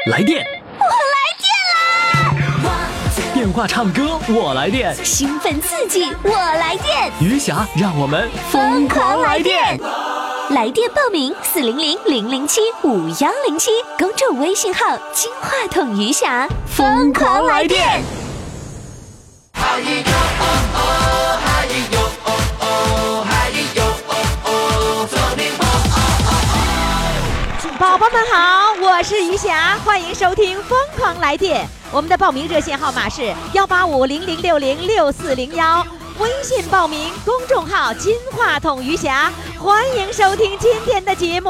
来电，我来电啦！电话唱歌我来电， 兴奋刺激我来电， 余霞让我们疯狂来电！ 来电报名400-007-5107，公众微信号金话筒余霞，疯狂来电！ 宝宝们好，我是余霞，欢迎收听疯狂来电。我们的报名热线号码是18500606401，微信报名公众号金话筒余霞，欢迎收听今天的节目。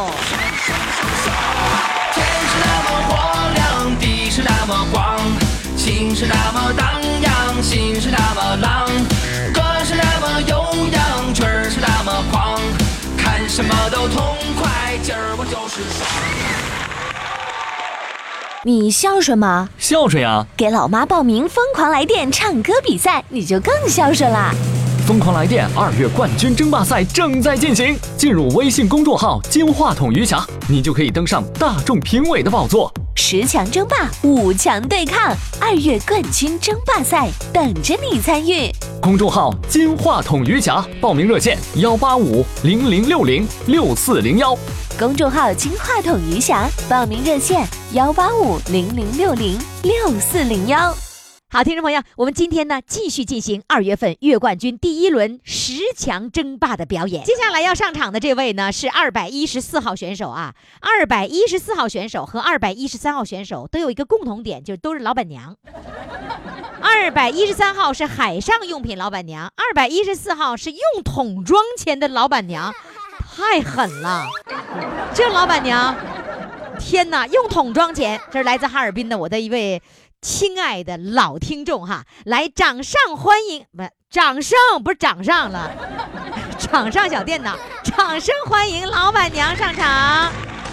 天是那么火亮，地是那么广，情是那么荡漾，心是那么浪，歌是那么悠扬，曲儿是那么狂，看什么都痛快，今儿我就是爽。 你孝顺吗？ 孝顺呀！ 给老妈报名疯狂来电唱歌比赛，你就更孝顺啦！ 疯狂来电2月冠军争霸赛正在进行，进入微信公众号金话筒余霞，你就可以登上大众评委的宝座。 10强争霸，5强对抗，2月冠军争霸赛等着你参与。 公众号金话筒余霞，报名热线18500606401。 公众号金话筒余霞，报名热线18500606401。 好，听众朋友，我们今天呢继续进行2月份月冠军第1轮10强争霸的表演。接下来要上场的这位呢是214号选手啊。214号选手和213号选手都有一个共同点，就是都是老板娘。213号是海上用品老板娘，214号是用桶装钱的老板娘，太狠了！这老板娘，天哪，用桶装钱！这是来自哈尔滨的我的一位亲爱的老听众哈，来掌上欢迎，不，掌声不是掌上了，掌上小电脑，掌声欢迎老板娘上场。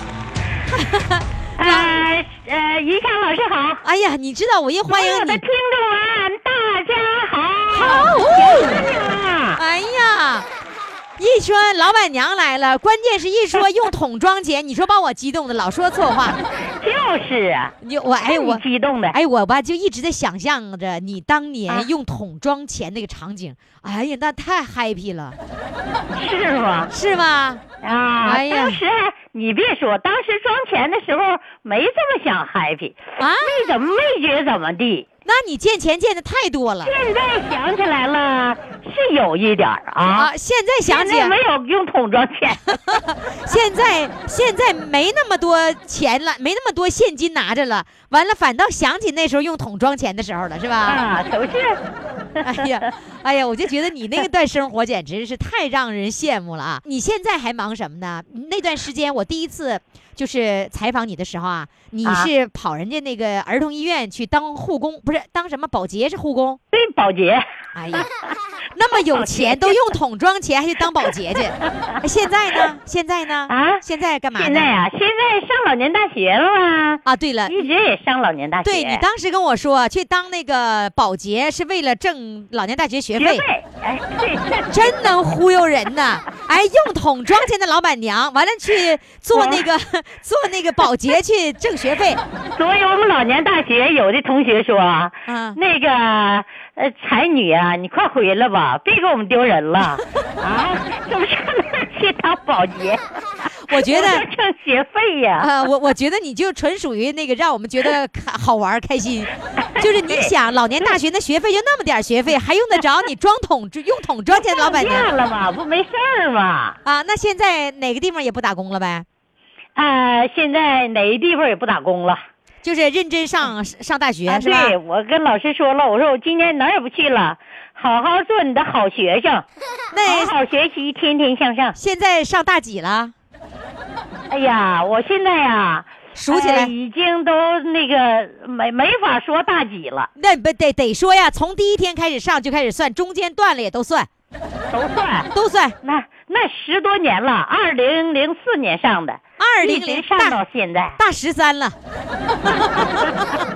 于霞老师好。 哎呀，你知道我一欢迎你， 我的听众们大家好。 好，哎呀，一说老板娘来了，关键是一说用桶装钱，你说把我激动的，老说错话。 就是啊， 我激动的， 我吧就一直在想象着你当年用桶装钱那个场景，哎呀，那太 happy 了， 是吗？ 是吗？ 啊， 哎呀， 当时你别说，当时装钱的时候没这么想 happy 啊， 没觉得怎么地。 那你见钱见的太多了。 现在想起来了，是有一点啊。 现在想起来没有用桶装钱。 现在没那么多钱了，没那么多现金拿着了，完了反倒想起那时候用桶装钱的时候了，是吧？ 啊，可是。 哎呀，我就觉得你那段生活简直是太让人羡慕了啊！你现在还忙什么呢？那段时间我第一次就是采访你的时候啊，你是跑人家那个儿童医院去当护工，不是当什么保洁，是护工？ 对，保洁。 哎呀，那么有钱都用桶装钱还去当保洁去。现在呢？现在干嘛呢？ 现在上老年大学了吗？ 啊，对了， 一直也上老年大学。 对，你当时跟我说去当那个保洁是为了挣老年大学学费。 哎，对， 真能忽悠人呐！哎，用桶装钱的老板娘，完了去做那个保洁去挣学费。 所以我们老年大学有的同学说那个才女啊，你快回来吧，别给我们丢人了啊！怎么上那儿去当保洁？ 我觉得挣学费呀！ 我觉得你就纯属于那个让我们觉得好玩开心，就是你想老年大学的学费就那么点学费，还用得着你用桶装钱的老板娘了吗？不没事儿吗？ 啊，那现在哪个地方也不打工了呗？ 现在哪个地方也不打工了， 就是认真上大学，是吧？ 对，我跟老师说了，我说我今年哪儿也不去了，好好做你的好学生，好好学习，天天向上。 现在上大几了？ 哎呀，我现在呀， 数起来已经都那个没法说大几了。 那不得说呀，从第一天开始上就开始算，中间断了也都算，都算。 那10多年了，2004年上的，一直上到现在， 大13了。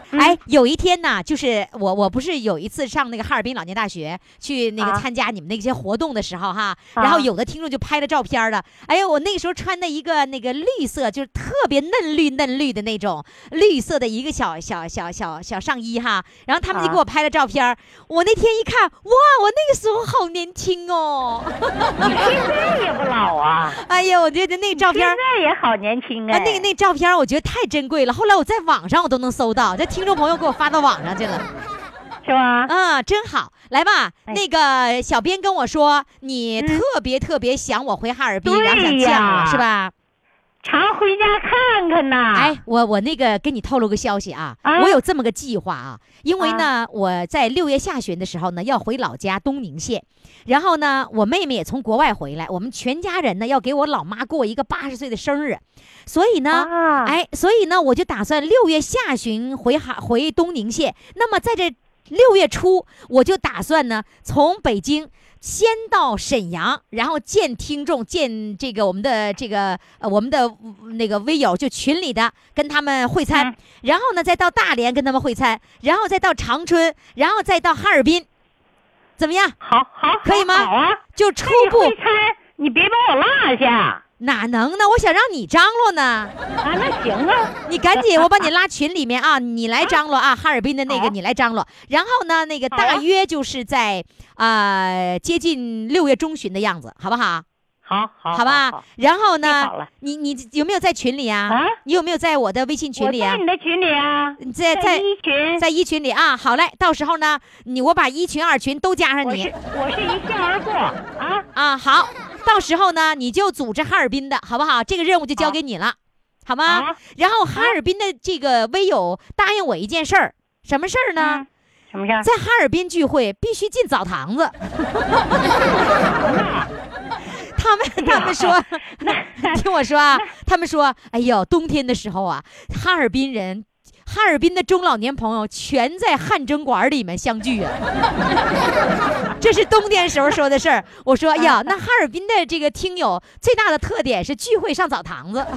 哎，有一天呢，就是我不是有一次上那个哈尔滨老年大学去那个参加你们那些活动的时候哈，然后有的听众就拍了照片了。哎呦，我那个时候穿的一个那个绿色，就是特别嫩绿的那种绿色的一个小上衣哈，然后他们就给我拍了照片。我那天一看，哇，我那个时候好年轻哦。 你现在也不老啊。 哎呀，我觉得那照片现在也好年轻啊。 那照片我觉得太珍贵了。后来我在网上我都能搜到，这听众朋友给我发到网上去了。 是吗？ 啊，真好！来吧，那个小编跟我说，你特别想我回哈尔滨，然后想见我，是吧？ 常回家看看呐。 哎，我那个跟你透露个消息啊，我有这么个计划啊，因为呢，我在6月下旬的时候呢，要回老家东宁县，然后呢，我妹妹也从国外回来，我们全家人呢要给我老妈过一个80岁的生日，所以呢，所以呢，我就打算6月下旬回东宁县，那么在这6月初，我就打算呢，从北京先到沈阳，然后见听众，见这个我们的那个微友，就群里的，跟他们会餐，然后呢再到大连跟他们会餐，然后再到长春，然后再到哈尔滨，怎么样？ 好， 可以吗？ 好啊， 就初步会餐，你别把我落下。 哪能呢？我想让你张罗呢。 啊，那行啊， 你赶紧，我把你拉群里面啊，你来张罗啊，哈尔滨的那个你来张罗。然后呢，那个大约就是在接近6月中旬的样子，好不好？好吧。然后呢，你有没有在群里啊？你有没有在我的微信群里啊？ 我在你的群里啊， 在一群里啊。好嘞，到时候呢，我把1群2群都加上你。 我是一笑而过啊。 好，到时候呢，你就组织哈尔滨的好不好？这个任务就交给你了，好吗？然后哈尔滨的这个微友答应我一件事儿，什么事儿呢？ 什么事儿？ 在哈尔滨聚会必须进澡堂子。他们说，听我说啊，他们说，哎呦，冬天的时候啊，哈尔滨的中老年朋友全在汗蒸馆里面相聚啊。这是冬天时候说的事儿。我说，哎呀，那哈尔滨的这个听友最大的特点是聚会上澡堂子。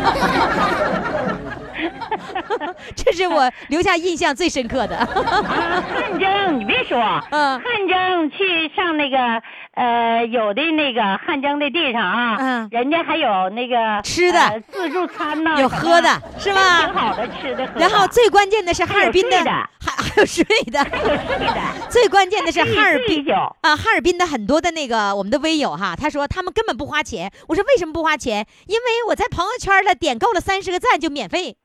这是我留下印象最深刻的。 汗蒸，你别说，汗蒸去上那个有的那个汗蒸的地上啊，人家还有那个吃的自助餐呐， 有喝的，是吧？ 挺好的，吃的喝的。 然后最关键的是哈尔滨的，还有睡的，最关键的是哈尔滨哈尔滨的很多的那个我们的微友哈，他说他们根本不花钱。我说为什么不花钱？因为我在朋友圈了点够了30个赞就免费。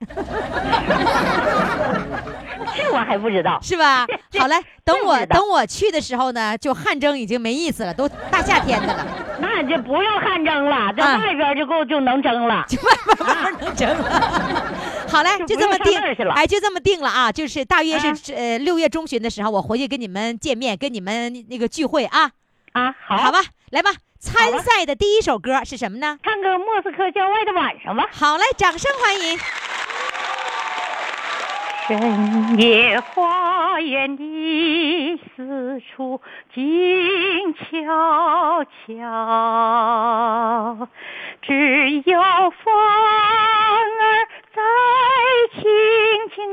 这我还不知道， 是吧？好嘞，等我去的时候呢，就汗蒸已经没意思了，都大夏天的了。 那就不用汗蒸了，在外边就能蒸了， 就外边能蒸了。好嘞，就这么定，哎，就这么定了啊！就是大约是6月中旬的时候，我回去跟你们见面，跟你们那个聚会啊。好吧，来吧。参赛的第一首歌是什么呢？ 唱个《莫斯科郊外的晚上》吧。 好嘞，掌声欢迎。 深夜花园里，四处静悄悄，只有风儿在轻轻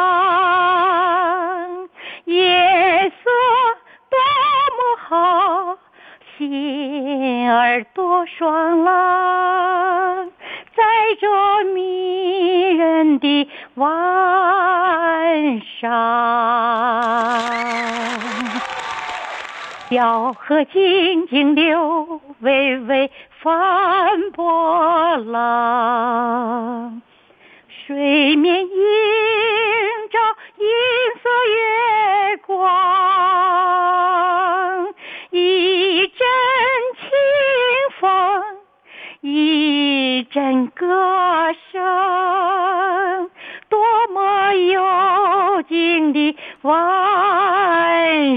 唱，夜色多么好，心儿多爽朗，在这迷人的晚上，小河静静流，微微翻波浪，水面映着银色月光，一阵清风，一阵歌声，多么幽静的晚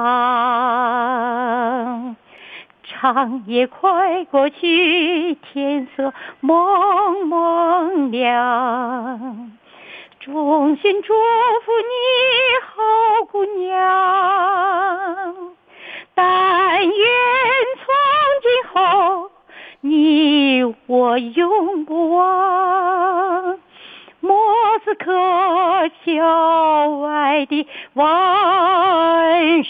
上。长夜快过去，天色蒙蒙亮，衷心祝福你好姑娘，但愿从今后你我永不忘莫斯科郊外的晚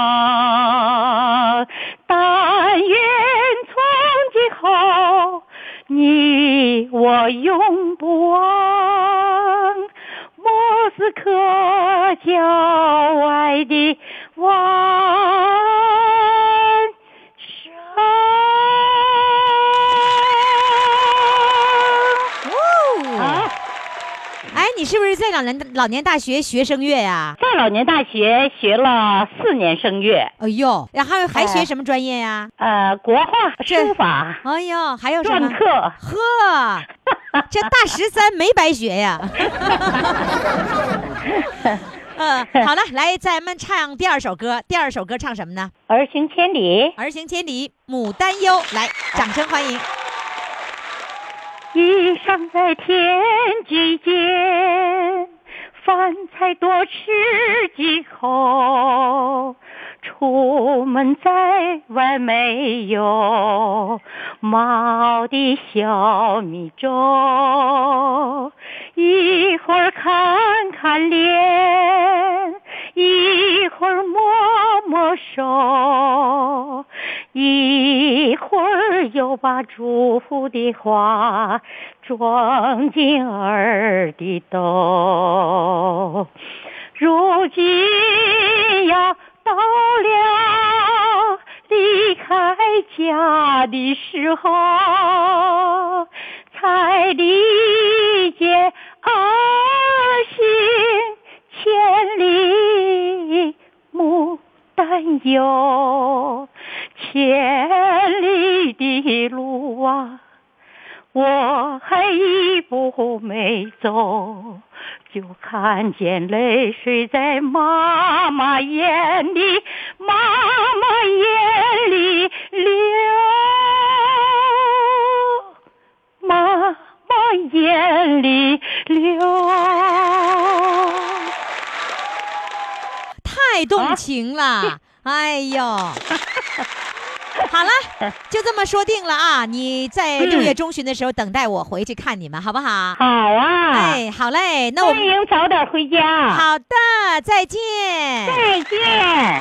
上，但愿从今后你我永不忘莫斯科郊外的晚上。 哎，你是不是在老年大学学声乐呀？ 在老年大学学了4年声乐。 哎呦，然后还学什么专业呀？ 国画、书法。 哎呦，还有什么？ 篆刻。 呵，这大13没白学呀。好了，来，咱们唱第2首歌。第2首歌唱什么呢？ 儿行千里。 儿行千里，牡丹幽。来，掌声欢迎。 衣裳在天际间，饭菜多吃几口，出门在外没有毛的小米粥，一会儿看看脸，一会儿摸摸手，一会儿又把祝福的话装进儿的兜。如今要到了离开家的时候，才理解儿行千里牡丹幽。千里的路啊，我还一步没走，就看见泪水在妈妈眼里，妈妈眼里流，妈妈眼里流。 太动情了。哎呦，好了，就这么说定了啊！你在6月中旬的时候等待我回去看你们，好不好？ 好啊！ 哎，好嘞，那我们欢迎早点回家。 好的，再见。 再见。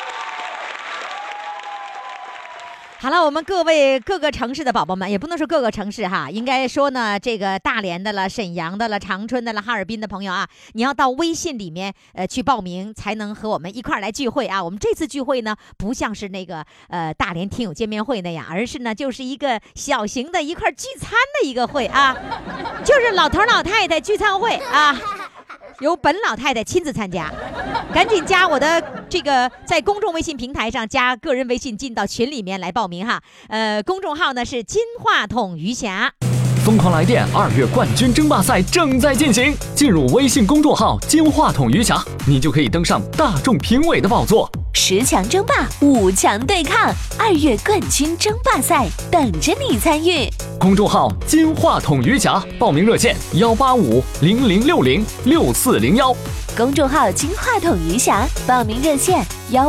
好了，我们各个城市的宝宝们，也不能说各个城市哈，应该说呢，这个大连的了、沈阳的了、长春的了、哈尔滨的朋友啊，你要到微信里面去报名，才能和我们一块儿来聚会啊。我们这次聚会呢，不像是那个大连听友见面会那样，而是呢就是一个小型的一块聚餐的一个会啊，就是老头老太太聚餐会啊。由本老太太亲自参加，赶紧加我的这个在公众微信平台上加个人微信进到群里面来报名哈。公众号呢是金话筒余霞。 疯狂来电2月冠军争霸赛正在进行，进入微信公众号金话筒余霞，你就可以登上大众评委的宝座。 10强争霸，5强对抗，2月冠军争霸赛等着你参与。 公众号金话筒余霞，报名热线18500606401。 公众号金话筒余霞，报名热线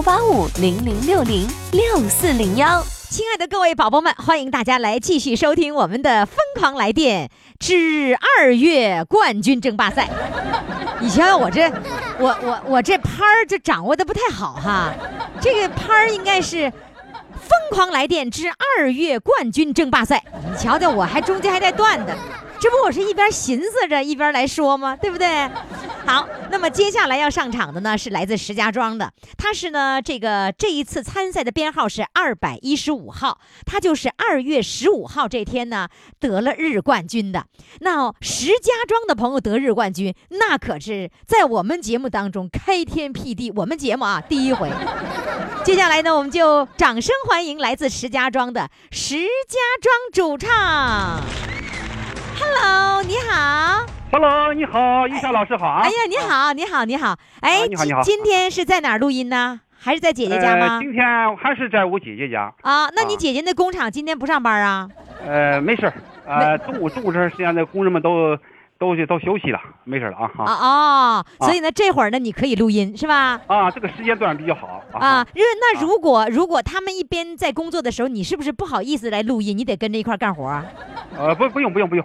18500606401。 亲爱的各位宝宝们，欢迎大家来继续收听我们的疯狂来电之2月冠军争霸赛。你想想我这拍儿就掌握的不太好哈，这个拍儿应该是疯狂来电之2月冠军争霸赛。你瞧瞧，我还中间还带断的，这不我是一边寻思着一边来说吗？对不对？好，那么接下来要上场的呢是来自石家庄的，他是呢这一次参赛的编号是215号，他就是2月15号这天呢得了日冠军的。那石家庄的朋友得日冠军，那可是在我们节目当中开天辟地，我们节目啊第一回。接下来呢，我们就掌声欢迎来自石家庄的石家庄主唱。Hello， 你好。 Hello， 你好，玉霞老师好啊！ 哎呀，你好，你好，你好！哎， 你好，你好！ 今天是在哪儿录音呢？还是在姐姐家吗？ 今天还是在我姐姐家。 啊，那你姐姐那工厂今天不上班啊？ 没事，中午这段时间的工人们都休息了，没事了啊。 哦，所以呢，这会儿呢，你可以录音是吧？ 啊，这个时间段比较好啊。那如果他们一边在工作的时候，你是不是不好意思来录音？你得跟着一块干活？ 不用。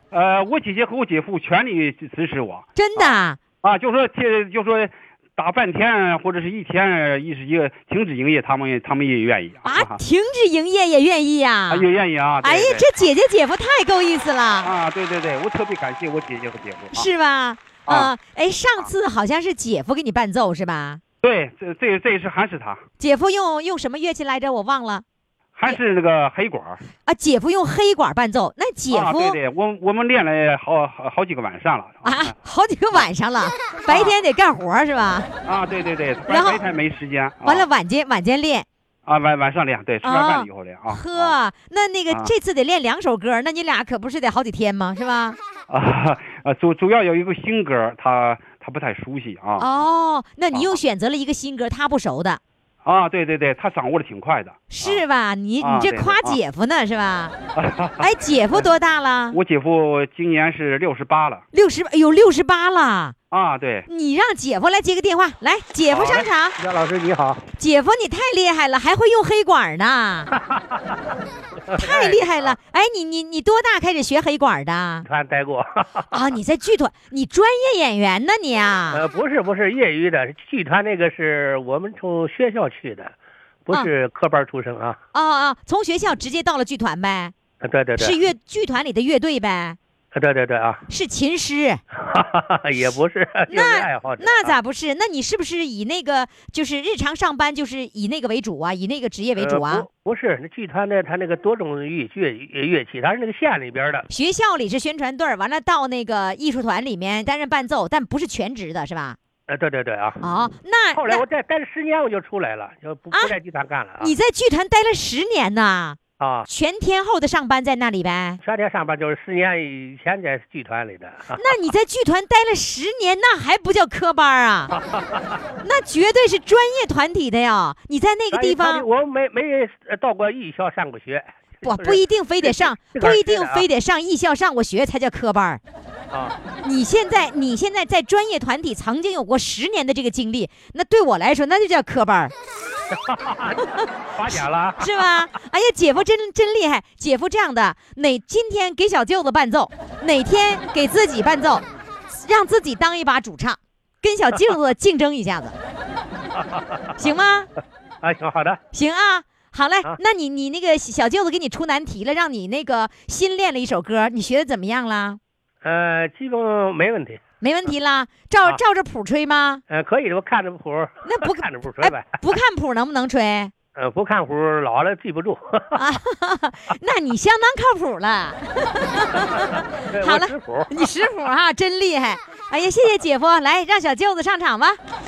我姐姐和我姐夫全力支持我。 真的啊，就说打半天或者是一天一个停止营业，他们也愿意啊，停止营业也愿意呀， 也愿意啊。 哎呀，这姐姐姐夫太够意思了啊！对，我特别感谢我姐姐和姐夫， 是吧？哎，上次好像是姐夫给你伴奏是吧？ 对，这一次还是他。姐夫用什么乐器来着？我忘了。 还是那个黑管啊，姐夫用黑管伴奏，那姐夫对，我们练了好几个晚上了啊，好几个晚上了，白天得干活是吧？ 啊，对， 然后白天没时间， 完了晚间练啊，晚上练，对，吃完饭以后练啊。 呵，那个这次得练2首歌，那你俩可不是得好几天吗？是吧？ 主要有一个新歌，他不太熟悉啊。 哦，那你又选择了一个新歌，他不熟的。 啊，对，他掌握的挺快的， 是吧？你这夸姐夫呢，是吧？哎，姐夫多大了？ 我姐夫今年是68了。 哎呦，68了啊！对， 你让姐夫来接个电话，来，姐夫上场。 杨老师你好， 姐夫你太厉害了，还会用黑管呢，太厉害了！哎，你多大开始学黑管的？ 团待过啊，你在剧团，你专业演员呢你啊？ 不是业余的，剧团那个是我们从学校去的，不是科班出身啊。 从学校直接到了剧团呗？ 对， 是剧团里的乐队呗？ 对啊， 是琴师， 也不是，就是爱好者。 那咋不是？那你是不是以那个就是日常上班就是以那个为主啊？以那个职业为主啊？ 不是，那剧团呢，他那个多种乐器，他是那个县里边的。 学校里是宣传队，完了到那个艺术团里面担任伴奏，但不是全职的是吧？ 对啊。 哦，那后来我待了10年，我就出来了，就不在剧团干了啊。 你在剧团待了10年呢？ 啊， 全天候的上班在那里呗？ 全天上班就是10年以前在剧团里的。 那你在剧团待了10年，那还不叫科班啊？那绝对是专业团体的呀！你在那个地方， 我没到过艺校上过学。 不一定非得上，不一定非得上艺校上过学才叫科班。 啊， 你现在在专业团体曾经有过10年的这个经历，那对我来说那就叫科班。 发奖了是吧？哎呀，姐夫真厉害！姐夫这样的，今天给小舅子伴奏，哪天给自己伴奏，让自己当一把主唱，跟小舅子竞争一下子，行吗？ 啊，行，好的， 行啊，好嘞。那你那个小舅子给你出难题了，让你那个新练了一首歌，你学的怎么样了？ 基本没问题。 没问题啦，照着谱吹吗？ 可以，我看着谱。 那不看着谱吹呗。 不看谱能不能吹？ 不看谱老了记不住。 那你相当靠谱了。好了，你识谱哈，真厉害。哎呀，谢谢姐夫，来让小舅子上场吧。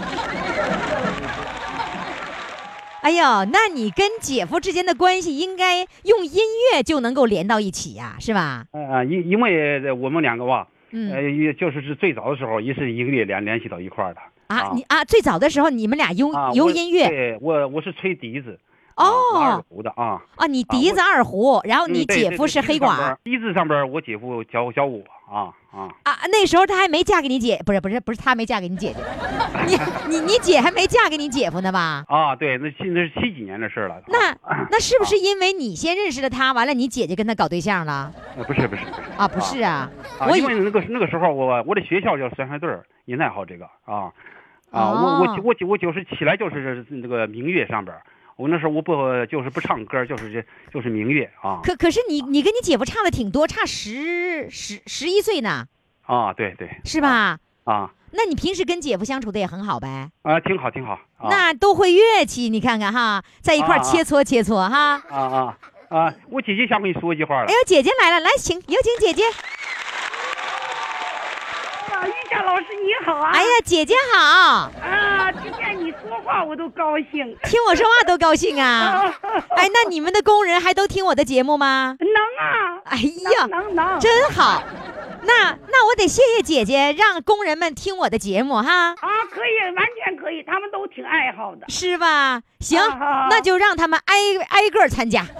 哎呦，那你跟姐夫之间的关系应该用音乐就能够连到一起呀，是吧？ 因为我们两个吧。就是最早的时候也是一个月联系到一块儿的啊。最早的时候你们俩由音乐， 对，我是吹笛子二胡的啊。 你笛子二胡，然后你姐夫是黑管。 笛子上边我姐夫教我啊。 那时候他还没嫁给你姐，不是他没嫁给你姐姐，你姐还没嫁给你姐夫呢吧？ 啊，对，那是70几年的事了。 那是不是因为你先认识了他，完了你姐姐跟他搞对象了？ 不是啊，不是啊， 因为那个时候我的学校叫宣传队，也爱好这个啊。我就是起来就是那个民乐上边。我那时候我不唱歌，就是民乐啊。 可是你跟你姐夫差的挺多，差11岁呢。 啊，对， 是吧？ 啊， 那你平时跟姐夫相处的也很好呗？ 啊，挺好。 那都会乐器，你看看哈，在一块切磋哈。 我姐姐想跟你说一句话了。 哎呦，姐姐来了，来，有请姐姐。 玉霞老师你好啊！ 哎呀，姐姐好啊！听见你说话我都高兴， 听我说话都高兴啊！哎，那你们的工人还都听我的节目吗？ 能啊！ 哎呀， 能， 真好。那我得谢谢姐姐，让工人们听我的节目哈。 可以，完全可以，他们都挺爱好的， 是吧？行，那就让他们挨个参加。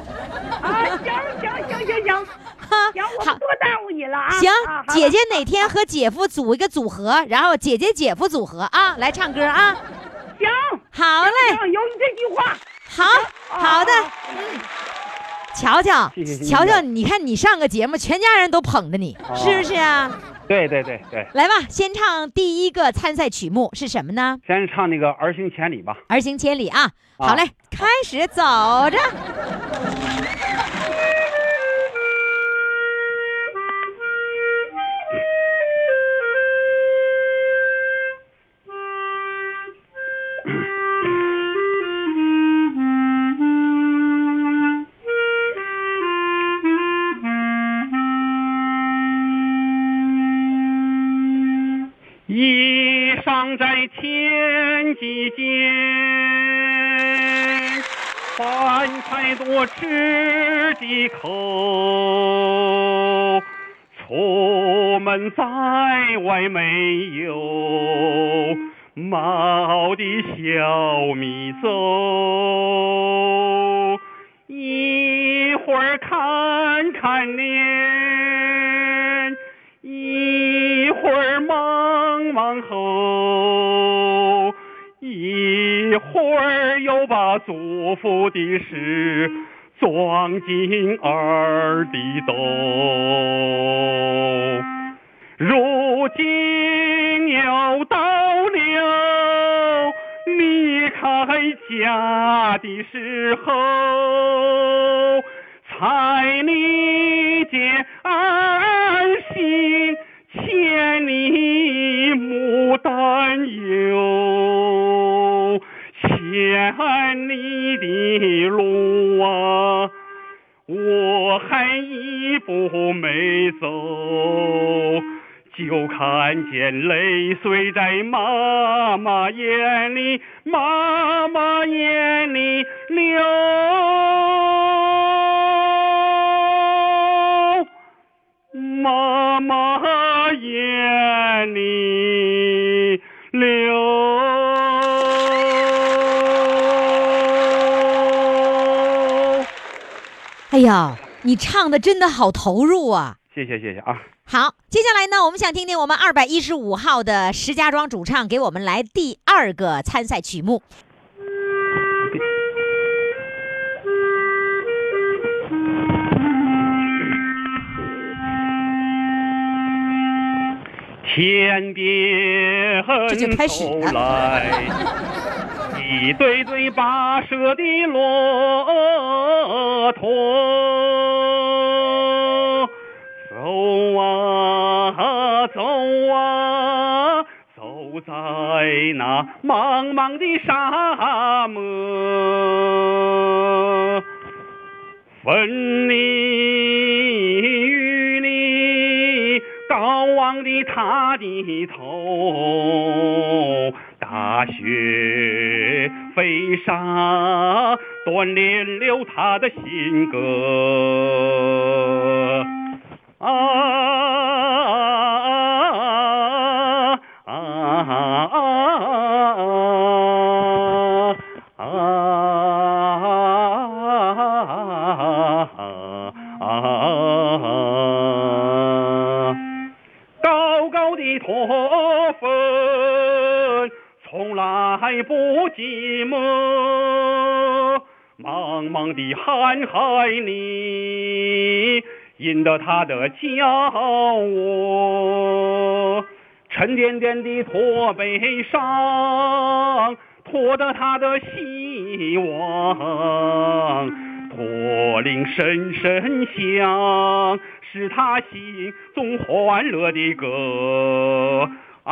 行。行，我不多耽误你了啊！ 行，姐姐哪天和姐夫组一个组合，然后姐夫组合啊，来唱歌啊！ 行， 好嘞， 有你这句话。 好的， 瞧瞧， 谢谢瞧瞧，你看你上个节目，全家人都捧着你，是不是啊？ 对。 来吧，先唱第一个参赛曲目是什么呢？ 先唱那个《儿行千里》吧。 儿行千里啊！好嘞，开始走着。 衣裳在天际间，饭菜多吃几口。出门在外没有毛的小米粥，一会儿看看脸，一会儿忙后，一会儿又把祖父的事装进儿的兜。如今又到了离开家的时候，才理解儿行千里母担忧，千里的路啊，我还一步没走，就看见泪水在妈妈眼里流。妈妈眼里流。 哎呀，你唱的真的好投入啊！ 谢谢啊！ 好，接下来呢，我们想听听我们215号的石家庄主唱给我们来第二个参赛曲目。 天边走来一对对跋涉的骆驼，走啊走啊，走在那茫茫的沙漠，风里雨里高望的他的头，大雪飞沙锻炼了他的性格。高高的驼峰从来不寂寞，茫茫的瀚海里引得他的骄傲，沉甸甸的驼背上驮着他的希望，驼铃声声响，是他心中欢乐的歌。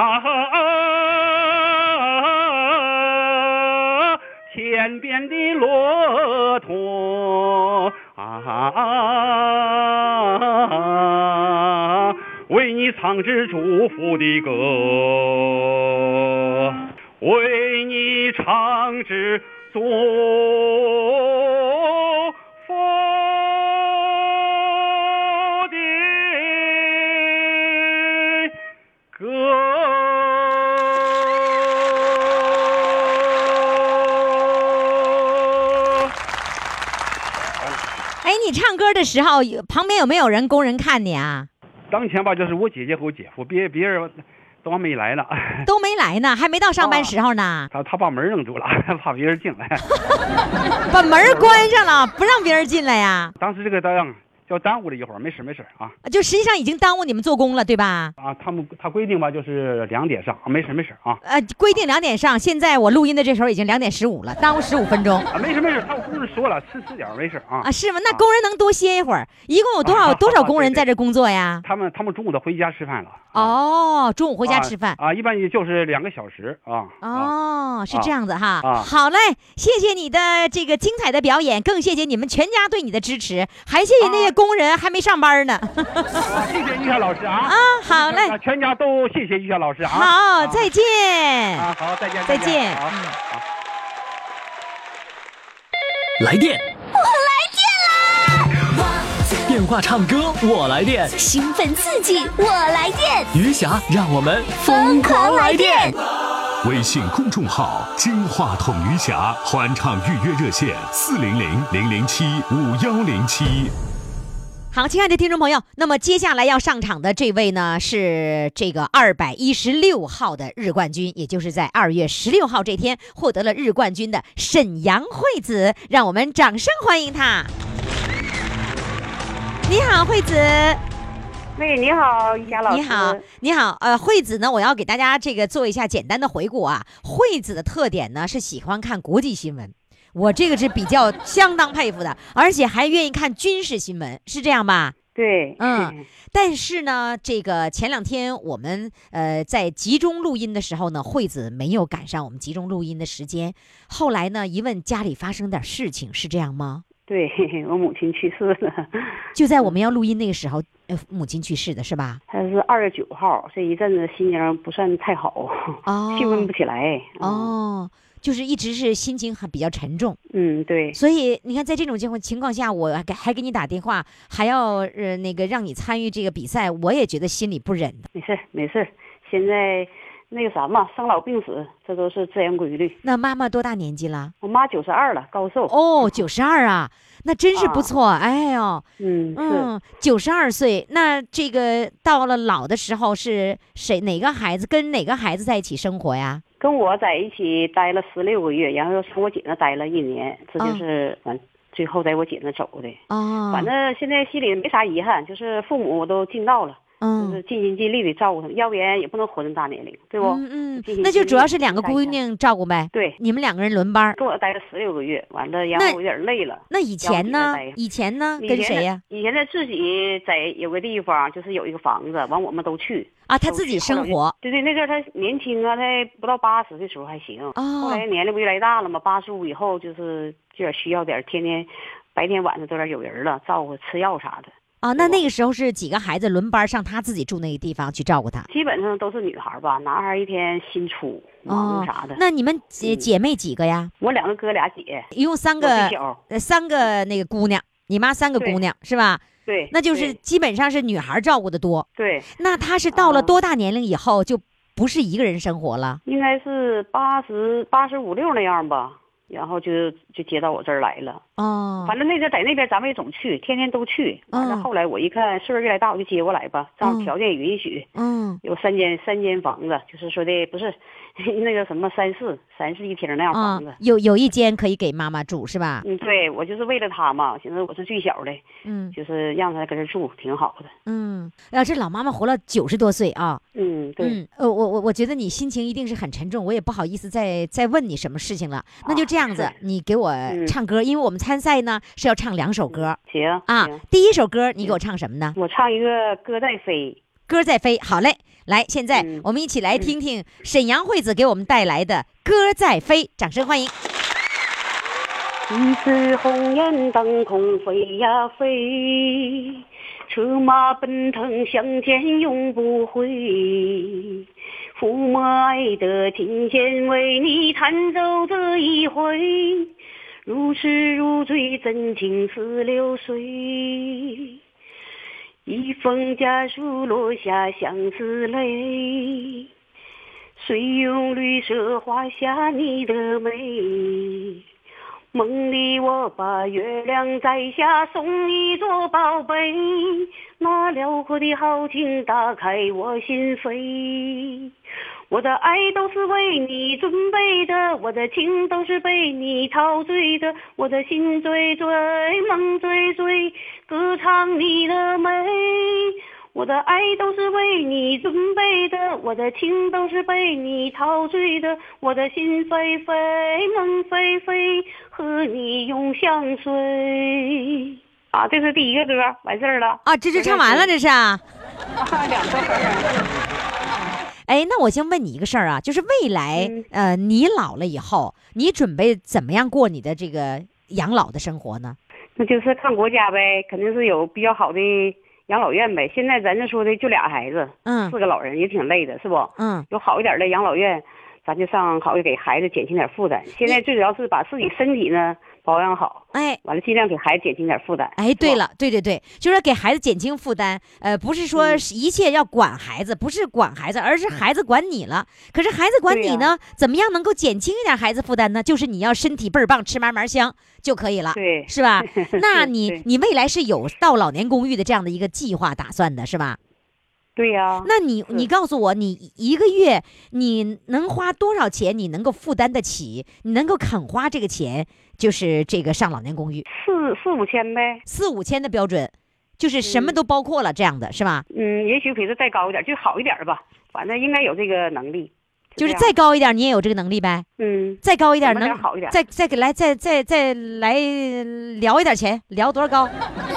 天边的骆驼为你唱支祝福的歌，为你唱支祝福的歌。 哎，你唱歌的时候，旁边有没有人工人看你啊？ 当前吧，就是我姐姐和我姐夫，别人都还没来呢。 都没来呢，还没到上班时候呢。 他把门扔住了，怕别人进来。 把门关上了，不让别人进来呀。 当时这个叫耽误了一会儿，没事啊。 就实际上已经耽误你们做工了，对吧？ 啊，他规定吧，就是2点上，没事啊。 规定2点上，现在我录音的这时候已经2点15了，耽误15分钟。 啊，没事，他工人说了，迟点没事啊。 啊，是吗？那工人能多歇一会儿？一共有多少工人在这工作呀？ 他们中午都回家吃饭了。 哦，中午回家吃饭啊，一般就是2个小时啊。 哦，是这样子哈。好嘞，谢谢你的这个精彩的表演，更谢谢你们全家对你的支持，还谢谢那些工人还没上班呢。 谢谢玉霞老师啊。 啊，好嘞， 全家都谢谢玉霞老师啊。 好，再见。 啊，好，再见。 好。 来电， 我来电啦！ 电话唱歌我来电， 兴奋刺激我来电， 余霞让我们疯狂来电。 微信公众号金话筒余霞欢唱预约热线400-007-5107。 好，亲爱的听众朋友，那么接下来要上场的这位呢，是这个216号的日冠军，也就是在2月16号这天获得了日冠军的沈阳惠子，让我们掌声欢迎她。你好，惠子。 喂，你好，玉霞老师。 你好，惠子呢，我要给大家这个做一下简单的回顾啊。惠子的特点呢是喜欢看国际新闻。我这个是比较相当佩服的，而且还愿意看军事新闻，是这样吧？ 对， 但是呢，这个前2天我们在集中录音的时候呢，惠子没有赶上我们集中录音的时间。后来呢，一问家里发生点事情，是这样吗？ 对，我母亲去世了。 就在我们要录音那个时候，母亲去世的是吧？ 她是2月9号，这一阵子心情不算太好，兴奋不起来。 就是一直是心情比较沉重。 对。 所以你看，在这种情况下，我还给你打电话，还要那个让你参与这个比赛，我也觉得心里不忍的。 没事，现在那个啥嘛，生老病死，这都是自然规律。 那妈妈多大年纪了？ 我妈92了，高寿。 哦，92啊，那真是不错。哎呦， 是 92岁。那这个到了老的时候，是哪个孩子跟哪个孩子在一起生活呀？ 跟我在一起待了16个月，然后又上我姐那待了1年，这就是最后在我姐那走的。反正现在心里没啥遗憾，就是父母我都尽到了。就是尽心尽力的照顾他们，要不然也不能活这么大年龄，对不？ 那就主要是2个姑娘照顾呗。 对， 你们2个人轮班。 跟我待了16个月，完了，然后我有点累了。 那以前呢？跟谁呀？ 以前自己在有个地方，就是有一个房子，完我们都去。 啊，他自己生活。 对，那阵他年轻啊，他不到80的时候还行。后来年龄不越来越大了嘛，85以后就是有点需要点，天天白天晚上都有人了，照顾吃药啥的。 那个时候是几个孩子轮班上他自己住那个地方去照顾他？ 基本上都是女孩吧，男孩一天新出忙啥的。 那你们姐妹几个呀？ 我2个哥2姐， 一共3个那个姑娘，你妈3个姑娘是吧？ 对， 那就是基本上是女孩照顾的多。 对， 那她是到了多大年龄以后就不是一个人生活了？ 应该是85、86那样吧。然后就接到我这儿来了。反正那阵在那边咱们也总去，天天都去。完了后来我一看岁数越来越大，我就接过来吧，正好条件也允许。有三间房子，就是说的不是那个什么3室一厅那样房子。 有一间可以给妈妈住是吧？ 对，我就是为了她嘛，寻思我是最小的，就是让她跟这住挺好的。 这老妈妈活了90多岁啊。 对。 我觉得你心情一定是很沉重，我也不好意思再问你什么事情了。那就这样子，你给我唱歌，因为我们参赛呢是要唱2首歌。 行啊，第一首歌你给我唱什么呢？ 我唱一个《歌在飞》。 歌在飞，好嘞，来，现在我们一起来听听沈阳惠子给我们带来的《歌在飞》，掌声欢迎。 一只红雁当空飞呀飞，策马奔腾向前永不回，抚摸爱的琴弦为你弹奏这一回，如痴如醉真情似流水，一封家书落下相思泪，谁用绿色画下你的美， 梦里我把月亮摘下，送你做宝贝。那辽阔的豪情打开我心扉。我的爱都是为你准备的，我的情都是被你陶醉的，我的心醉醉，梦醉醉，歌唱你的美。我的爱都是为你准备的，我的情都是被你陶醉的，我的心飞飞，梦飞飞，和你永相随。啊，这是第一个歌，完事儿了。 啊，这就唱完了，这是啊。 两个歌。 哎，那我先问你一个事儿啊，就是未来，你老了以后，你准备怎么样过你的这个养老的生活呢？ 那就是看国家呗，肯定是有比较好的养老院呗。现在咱这说的就俩孩子，4个老人也挺累的，是不？有好一点的养老院，咱就上好给孩子减轻点负担。现在最主要是把自己身体呢保养好，完了尽量给孩子减轻点负担。 哎，对了，对，就是给孩子减轻负担。不是说一切要管孩子，不是管孩子，而是孩子管你了。可是孩子管你呢，怎么样能够减轻一点孩子负担呢？就是你要身体倍儿棒，吃嘛嘛香就可以了， 对， 是吧？那你未来是有到老年公寓的这样的一个计划打算的，是吧？ 对呀。 那你告诉我，你一个月你能花多少钱？你能够负担得起？你能够肯花这个钱？就是这个上老年公寓 ，4、5千呗 ，4、5千的标准，就是什么都包括了，这样的是吧？ 也许比这再高一点，就好一点吧，反正应该有这个能力。 就是再高一点，你也有这个能力呗？再高一点能好一点， 再来聊一点钱，聊多少高？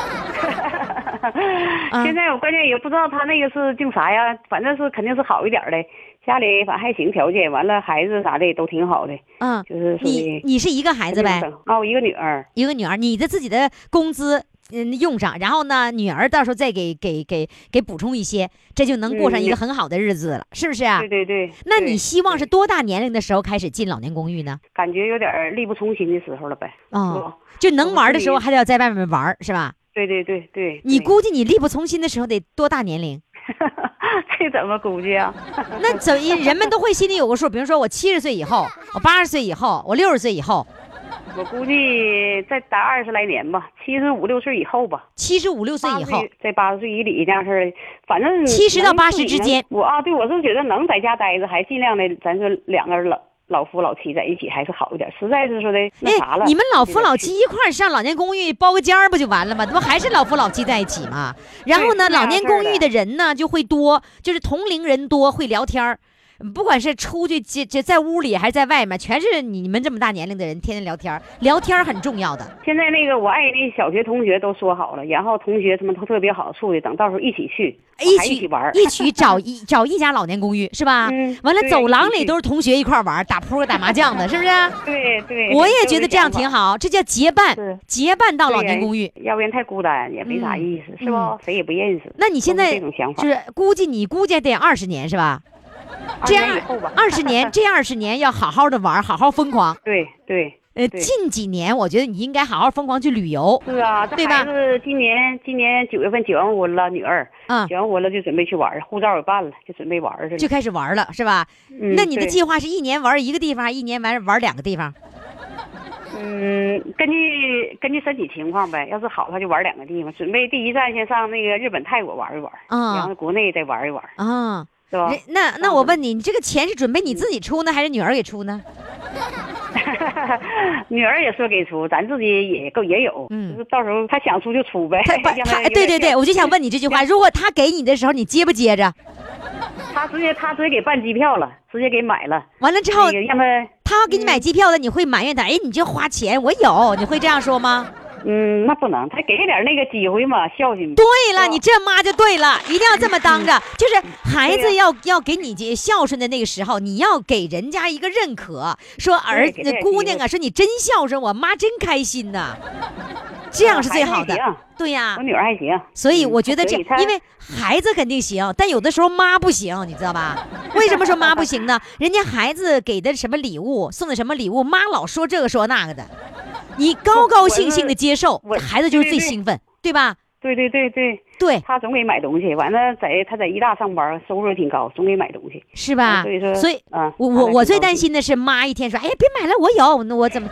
现在我关键也不知道他那个是定啥呀，反正是肯定是好一点的。家里反正还行条件，完了孩子啥的都挺好的。就是你是一个孩子呗？ 我一个女儿， 你的自己的工资用上，然后呢，女儿到时候再给补充一些，这就能过上一个很好的日子了，是不是啊？ 对。 那你希望是多大年龄的时候开始进老年公寓呢？ 感觉有点力不从心的时候了呗。 就能玩的时候还得要在外面玩，是吧？ 对。 你估计你力不从心的时候得多大年龄？ 这怎么估计啊？ 那人们都会心里有个数，比如说我70岁以后，我80岁以后，我60岁以后。 我估计再打20来年吧，75、6岁以后吧。 75、6岁以后， 在80岁以里这样式儿，反正 70到80之间。 对，我是觉得能在家待着，还尽量的，咱说两个人老夫老妻在一起还是好一点。实在是说的那啥了， 你们老夫老妻一块儿上老年公寓包个间儿不就完了吗？这不还是老夫老妻在一起吗？然后呢，老年公寓的人呢就会多，就是同龄人多，会聊天儿。不管是出去在屋里还是在外面，全是你们这么大年龄的人天天聊天，聊天很重要的。 现在那个我爱那小学同学都说好了，然后同学什么都特别好处的，等到时候一起去，一起玩， 一起找一家老年公寓是吧？完了走廊里都是同学一块玩，打扑克打麻将的，是不是？ 对。 我也觉得这样挺好，这叫结伴到老年公寓， 要不然太孤单也没啥意思，是不？谁也不认识。 那你现在这种想法就是估计得20年是吧？这样20年，这20年要好好的玩，好好疯狂。 对。 近几年我觉得你应该好好疯狂去旅游。 是啊， 对吧？ 是今年9月份结完婚了，女儿结完婚了就准备去玩，护照也办了，就准备玩去了， 就开始玩了，是吧？那你的计划是1年玩1个地方，还是1年玩2个地方？ 根据身体情况呗，要是好他就玩2个地方，准备第一站先上那个日本、泰国玩一玩，然后国内再玩一玩。是吧？ 那我问你，你这个钱是准备你自己出呢，还是女儿给出呢？ 女儿也说给出，咱自己也有，就是到时候他想出就出呗。 对，我就想问你这句话，如果他给你的时候，你接不接着？ 他直接给办机票了，直接给买了。 完了之后， 让他要给你买机票的，你会埋怨他？哎，你这花钱，我有，你会这样说吗？ 那不能，他给点那个机会嘛，孝心。 对了，你这妈就对了，一定要这么当着。就是孩子要给你孝顺的那个时候，你要给人家一个认可，说姑娘啊，说你真孝顺，我妈真开心呐。这样是最好的。对呀， 我女儿还行。 所以我觉得因为孩子肯定行，但有的时候妈不行，你知道吧？为什么说妈不行呢？人家孩子给的什么礼物，送的什么礼物，妈老说这个说那个的。你高高兴兴的接受，孩子就是最兴奋，对吧？ 对，他总给买东西，完了他在医大上班，收入也挺高，总给买东西， 是吧？ 所以我最担心的是妈一天说，哎呀别买了，我有，那我怎么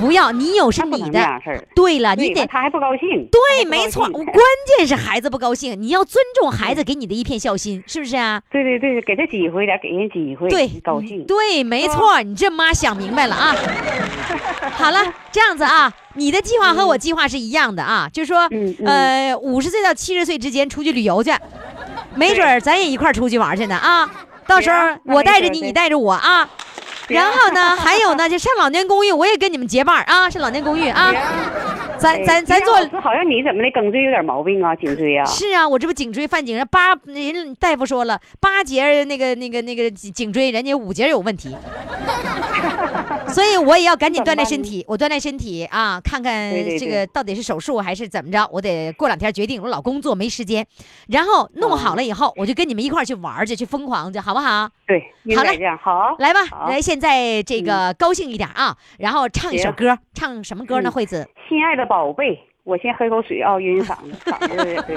不要，你有是你的。对了，你得他还不高兴。 对，没错，关键是孩子不高兴，你要尊重孩子给你的一片孝心，是不是啊？ 对对对，给他机会点，给人机会， 对， 高兴。 对，没错，你这妈想明白了啊。好了，这样子啊，你的计划和我计划是一样的啊，就是说，50岁到70岁之间出去旅游去，没准咱也一块出去玩去呢啊。到时候我带着你，你带着我啊。然后呢，还有呢，就上老年公寓，我也跟你们结伴啊，上老年公寓啊。咱做， 好像你怎么的颈椎有点毛病啊，颈椎啊。 是啊，我这不颈椎犯颈椎人大夫说了8节那个颈椎，人家5节有问题。所以我也要赶紧锻炼身体，我锻炼身体啊，看看这个到底是手术还是怎么着，我得过2天决定。我老工作没时间，然后弄好了以后，我就跟你们一块去玩去，去疯狂去，好不好？ 对， 好嘞， 好， 来吧，来，现在这个高兴一点啊，然后唱一首歌，唱什么歌呢？惠子， 亲爱的宝贝，我先喝口水啊，晕嗓子，嗓子对。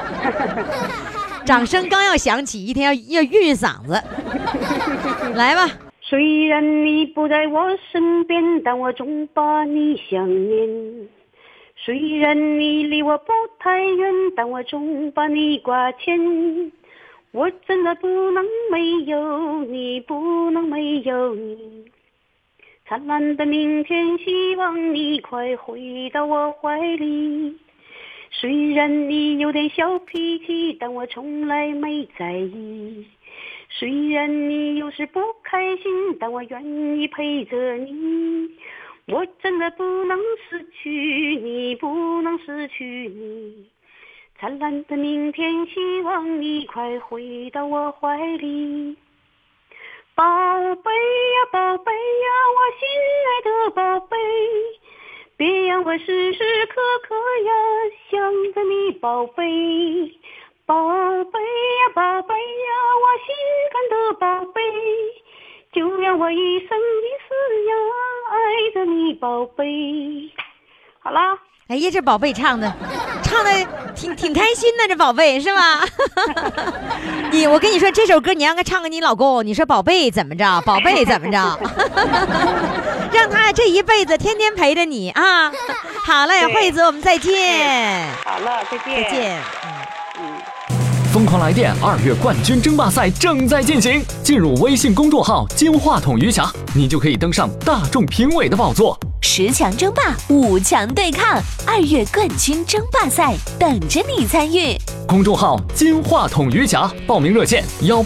掌声刚要响起，一定要晕嗓子，来吧。 虽然你不在我身边，但我总把你想念。虽然你离我不太远，但我总把你挂牵。我真的不能没有你，不能没有你。灿烂的明天，希望你快回到我怀里。虽然你有点小脾气，但我从来没在意。虽然你有时不开心，但我愿意陪着你。我真的不能失去你，不能失去你。灿烂的明天，希望你快回到我怀里。宝贝呀宝贝呀，我心爱的宝贝，别让我时时刻刻呀想着你宝贝。宝贝呀宝贝呀，我心肝的宝贝，就让我一生一世呀爱着你宝贝。好了。 哎呀，这宝贝唱的挺开心的，这宝贝是吧？我跟你说，这首歌你让他唱给你老公，你说宝贝怎么着？宝贝怎么着？让他这一辈子天天陪着你啊！好嘞，惠子，我们再见。 好了，再见。 再见。 疯狂来电2月冠军争霸赛正在进行，进入微信公众号金话筒余霞，你就可以登上大众评委的宝座。 10强争霸，5强对抗，2月冠军争霸赛等着你参与。 公众号金话筒余霞，报名热线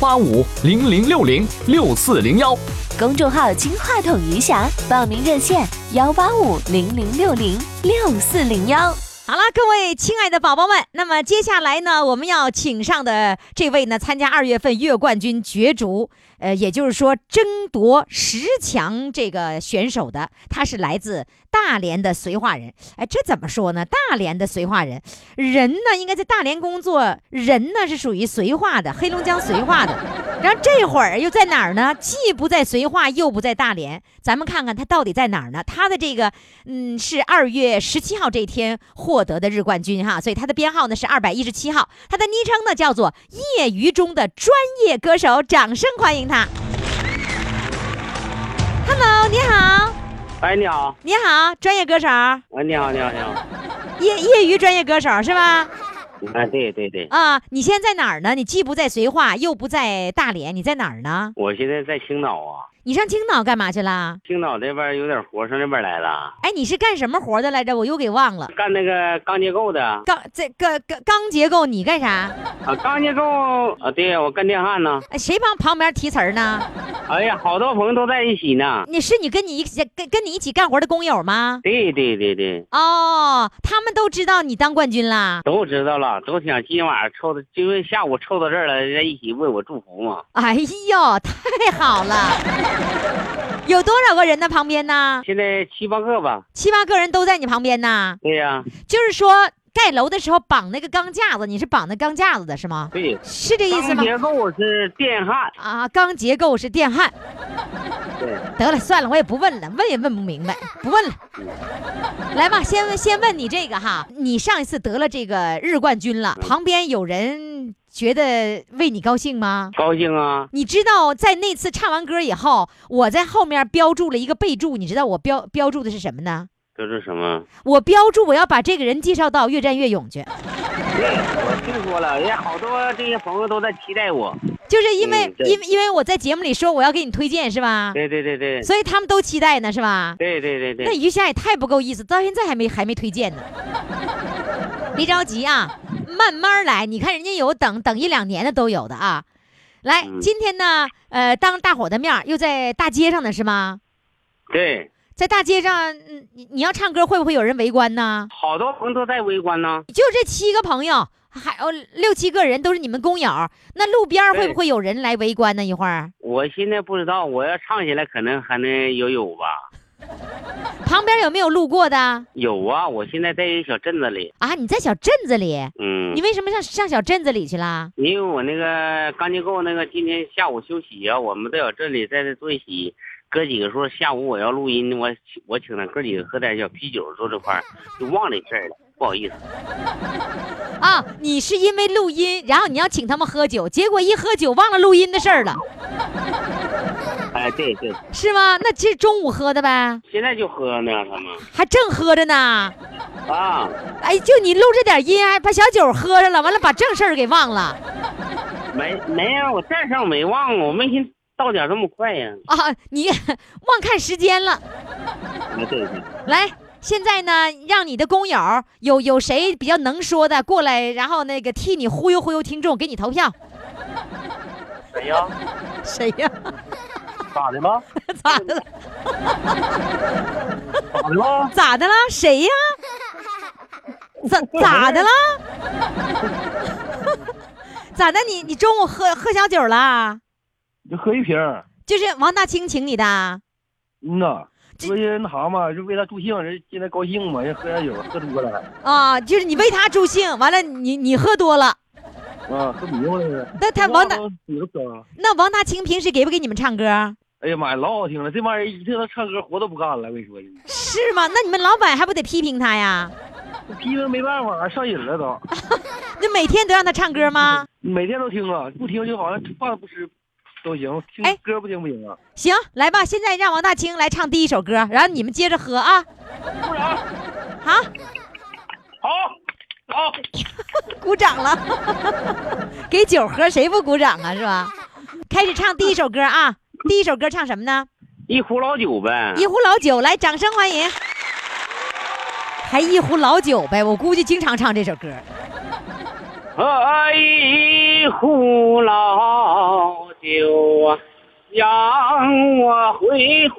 18500606401。 公众号金话筒余霞，报名热线18500606401。 好了，各位亲爱的宝宝们，那么接下来呢，我们要请上的这位呢，参加2月份月冠军角逐，也就是说争夺10强这个选手的，他是来自大连的绥化人。哎，这怎么说呢？大连的绥化人，人呢应该在大连工作，人呢是属于绥化的，黑龙江绥化的。然后这会儿又在哪儿呢？既不在绥化，又不在大连。咱们看看他到底在哪儿呢？他的这个是2月17号这天获得的日冠军哈，所以他的编号呢是217号，他的昵称呢叫做业余中的专业歌手，掌声欢迎他。Hello， 你好。 哎，你好。 你好，专业歌手。 你好，你好，你好。 业余专业歌手是吧？ 啊，对对对。 啊，你现在在哪儿呢？你既不在绥化，又不在大连，你在哪儿呢？ 我现在在青岛啊。 你上青岛干嘛去了？ 青岛这边有点活，上这边来了。 哎，你是干什么活的来着？我又给忘了。 干那个钢结构的。 钢结构，你干啥？ 啊，钢结构啊，对呀，我干电焊呢。 哎，谁旁边提词儿呢？ 哎呀，好多朋友都在一起呢。 你跟你一起干活的工友吗？ 对对对对。 哦，他们都知道你当冠军了。 都知道了，都想今晚上凑的，因为下午凑到这儿了，在一起为我祝福嘛。 哎呦，太好了！有多少个人呢？旁边呢？ 现在7、8个吧。 7、8个人都在你旁边呢。 对呀。 就是说盖楼的时候绑那个钢架子，你是绑那钢架子的是吗？ 对， 是这意思吗？ 钢结构是电焊啊，钢结构是电焊。 对， 得了，算了，我也不问了，问也问不明白，不问了。来吧，先问你这个哈，你上一次得了这个日冠军了，旁边有人觉得为你高兴吗？ 高兴啊！ 你知道在那次唱完歌以后，我在后面标注了一个备注，你知道我标注的是什么呢？ 这是什么？ 我标注我要把这个人介绍到越战越勇去。 对，我听说了，人家好多这些朋友都在期待我。 就是因为我在节目里说我要给你推荐是吧？ 对。 所以他们都期待呢是吧？ 对。 那于霞也太不够意思，到现在还没推荐呢。别着急啊，慢慢来。你看人家有等1-2年的都有的啊。来，今天呢，当大伙的面又在大街上呢是吗？ 对。 在大街上，你要唱歌会不会有人围观呢？ 好多朋友都在围观呢。 就这7个朋友，还有6-7个人都是你们工友，那路边会不会有人来围观呢？一会儿我现在不知道，我要唱起来可能还能有吧。 旁边有没有路过的？ 有啊，我现在在一个小镇子里啊。你在小镇子里？你为什么上小镇子里去了？ 因为我那个钢结构那个今天下午休息啊，我们在小镇里在这做戏。哥几个说下午我要录音，我请他哥几个喝点小啤酒，说这块儿就忘这事儿了，不好意思。 啊，你是因为录音，然后你要请他们喝酒，结果一喝酒忘了录音的事儿了。 哎，对。 是吗？那这中午喝的呗？ 现在就喝呢，他们还正喝着呢。 啊！ 哎，就你录这点音，还把小酒喝上了，完了把正事儿给忘了。 没啊，我站上没忘，我没寻到点这么快呀！ 啊，你忘看时间了。 对。 来，现在呢，让你的工友有谁比较能说的过来，然后那个替你忽悠忽悠听众，给你投票。 谁呀？ 谁呀？ 咋的了？ 咋的了？ 咋的了？ 咋的了？谁呀？咋的了？咋的？你中午喝小酒了？ 就喝一瓶， 就是王大清请你的。 呐，说那啥嘛，就为他助兴，人现在高兴嘛，人喝点酒，喝多了。 啊，就是你为他助兴，完了你喝多了。 啊，喝迷糊了。 那王大清平时给不给你们唱歌？ 哎呀妈呀，老好听了！这帮人一听他唱歌，活都不干了。我跟你说， 是吗？那你们老板还不得批评他呀？ 批评没办法，上瘾了都。 那每天都让他唱歌吗？ 每天都听啊，不听就好像饭不吃。都行，听歌不听不行啊？ 行，来吧，现在让王大清来唱第一首歌，然后你们接着喝啊。 鼓掌。 好，鼓掌了。给酒喝，谁不鼓掌啊？是吧？开始唱第一首歌啊！第一首歌唱什么呢？ 一壶老酒呗。 一壶老酒，来，掌声欢迎。还一壶老酒呗，我估计经常唱这首歌。 喝一壶老酒啊，让我回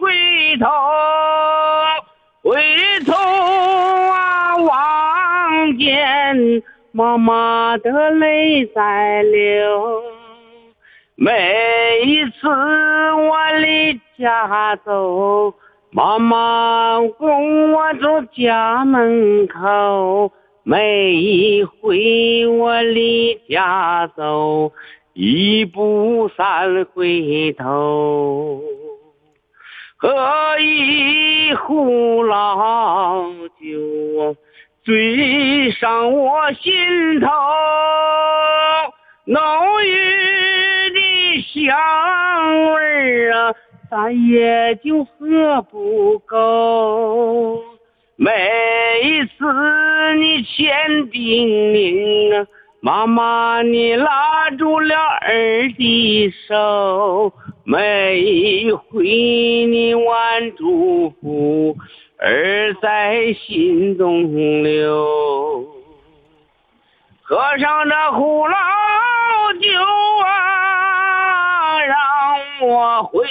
头啊，望见妈妈的泪在流。每一次我离家走，妈妈供我走家门口。每一回我离家走，一步三回头。喝一壶老酒，醉上我心头，浓郁的香味啊，咱也就喝不够。每一次你千叮咛啊，妈妈你拉住了儿的手，每一回你万祝福，儿在心中留。喝上这壶老酒啊，让我回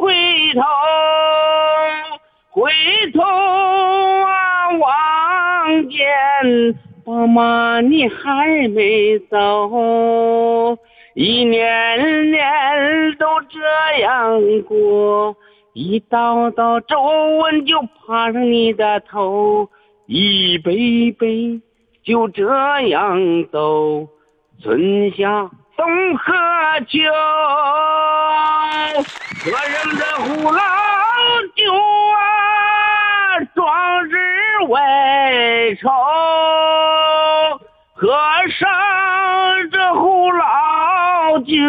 头啊，望见妈妈你还没走，一年年都这样过，一道道皱纹就爬上你的头，一杯杯就这样走，春夏冬喝酒，喝上这壶老酒啊，壮志未酬，喝上这壶老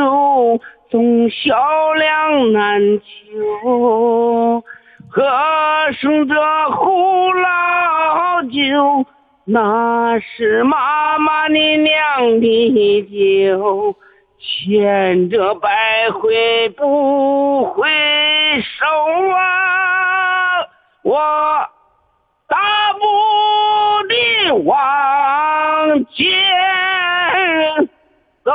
酒，总销量难求。喝剩这胡老酒，那是妈妈你酿的酒，欠着白回不回首啊，我大步地往前走。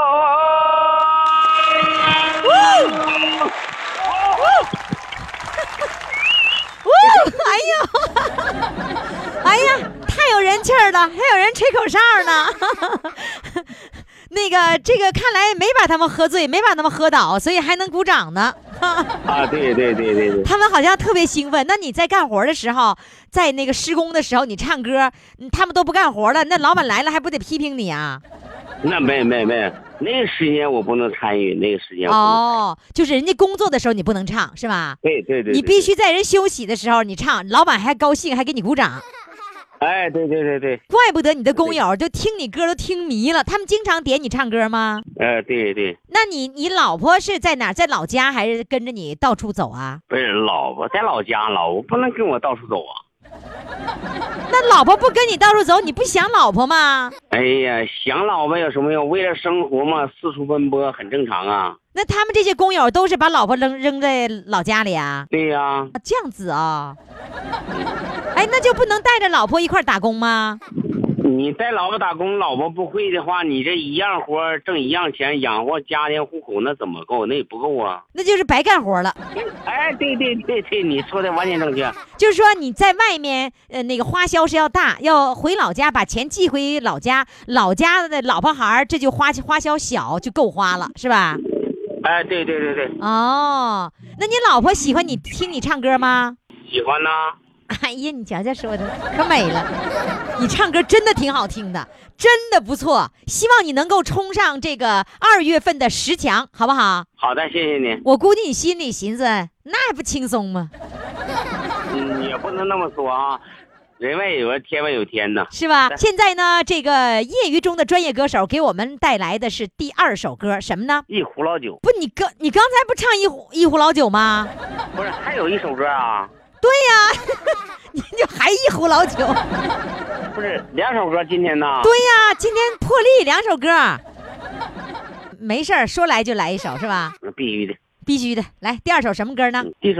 哎呀，哎呀，太有人气儿了，还有人吹口哨呢。那个，这个看来没把他们喝醉，没把他们喝倒，所以还能鼓掌呢。 啊，对对对对对， 他们好像特别兴奋。那你在干活的时候，在那个施工的时候，你唱歌，他们都不干活了，那老板来了还不得批评你啊？ 那没，那个时间我不能参与，那个时间哦，就是人家工作的时候你不能唱是吧？ 对对对， 你必须在人休息的时候你唱，老板还高兴，还给你鼓掌。 哎，对对对对， 怪不得你的工友就听你歌都听迷了，他们经常点你唱歌吗？ 对对。 那你老婆是在哪儿？在老家还是跟着你到处走啊？ 不是，老婆在老家，老婆不能跟我到处走啊。 那老婆不跟你到处走，你不想老婆吗？ 哎呀，想老婆有什么用？为了生活嘛，四处奔波很正常啊。 那他们这些工友都是把老婆扔在老家里啊？ 对呀。 这样子啊。哎，那就不能带着老婆一块打工吗？ 你带老婆打工，老婆不会的话，你这一样活挣一样钱，养活家庭户口，那怎么够？那也不够啊。 那就是白干活了。 哎，对对对对，你说的完全正确。 就是说你在外面，那个花销是要大，要回老家把钱寄回老家，老家的老婆孩这就花销小，就够花了，是吧？ 哎，对对对对。 哦，那你老婆喜欢你听你唱歌吗？ 喜欢呢。 哎呀，你瞧瞧说的可美了，你唱歌真的挺好听的，真的不错。希望你能够冲上这个2月份的10强，好不好？ 好的，谢谢你。 我估计你心里寻思，那还不轻松吗？ 也不能那么说啊，人外有人，天外有天呐， 是吧？现在呢，这个业余中的专业歌手给我们带来的是第2首歌，什么呢？ 一壶老酒。 不，你刚才不唱一壶老酒吗？ 不是，还有一首歌啊。 对呀，你就还一壶老酒。 不是2首歌今天呢？ 对呀，今天破例2首歌。没事儿，说来就来一首是吧？ 必须的， 必须的。来，第2首什么歌呢？ 第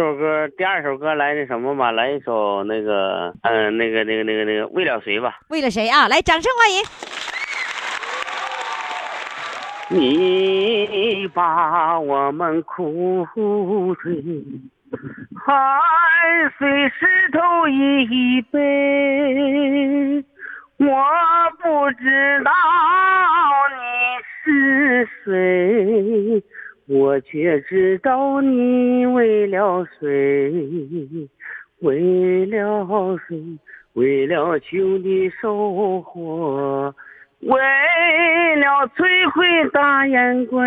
2首歌来那什么吧，来一首那个为了谁吧。 为了谁啊？来，掌声欢迎。 你把我们苦水海虽石头一杯，我不知道你是谁，我却知道你为了谁，为了谁，为了求你收获，为了摧毁大烟鬼，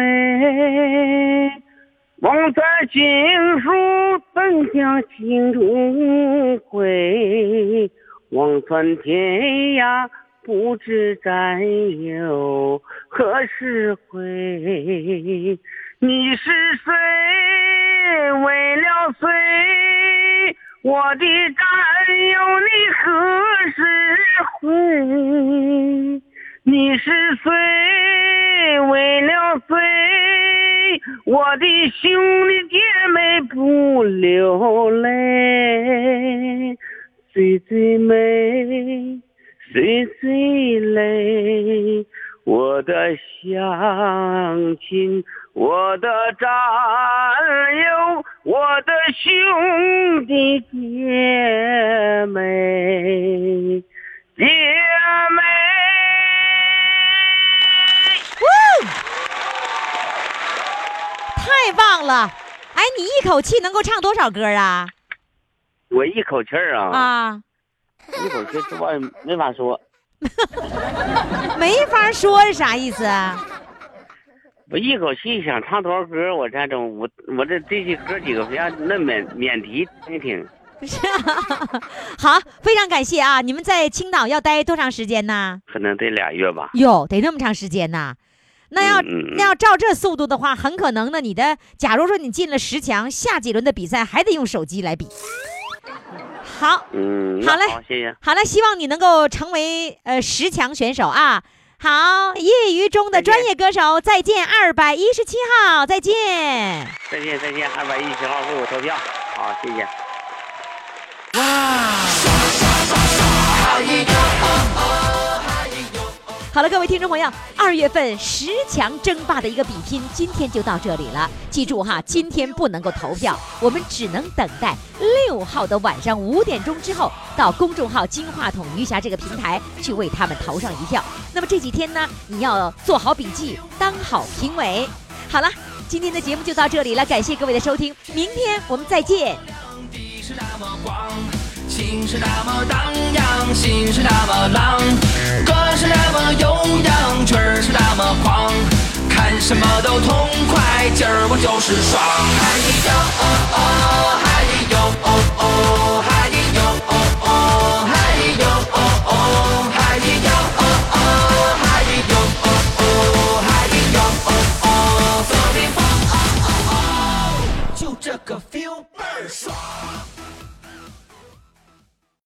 望在情书怎向情中回，望穿天涯不知战友何时回，你是谁，为了谁，我的战友你何时回，你是谁，为了谁，我的兄弟姐妹不流泪，谁最美，谁最累，我的乡亲，我的战友，我的兄弟姐妹，姐妹。 太棒了！哎，你一口气能够唱多少歌啊？ 我一口气儿啊， 一口气这玩意没法说。 没法说是啥意思啊？ 我一口气想唱多少歌，我这种我这些歌几个要那免提听听。 是啊，好，非常感谢啊！你们在青岛要待多长时间呢？ 可能得2月吧。 哟，得那么长时间呢。 那要照这速度的话，很可能呢，假如说你进了10强，下几轮的比赛还得用手机来比。好，好嘞， 好，谢谢。 好嘞，希望你能够成为10强选手啊。好，业余中的专业歌手，再见，217号，再见。 再见，217号为我投票，好，谢谢。 好了，各位听众朋友，2月份10强争霸的一个比拼，今天就到这里了。记住哈，今天不能够投票，我们只能等待6号的晚上5点钟之后，到公众号金话筒余霞这个平台去为他们投上一票。那么这几天呢，你要做好笔记，当好评委。好了，今天的节目就到这里了，感谢各位的收听，明天我们再见。情是那么荡漾，心是那么浪，歌是那么悠扬，曲儿是那么狂，看什么都痛快，今儿我就是爽。哎呦哦哦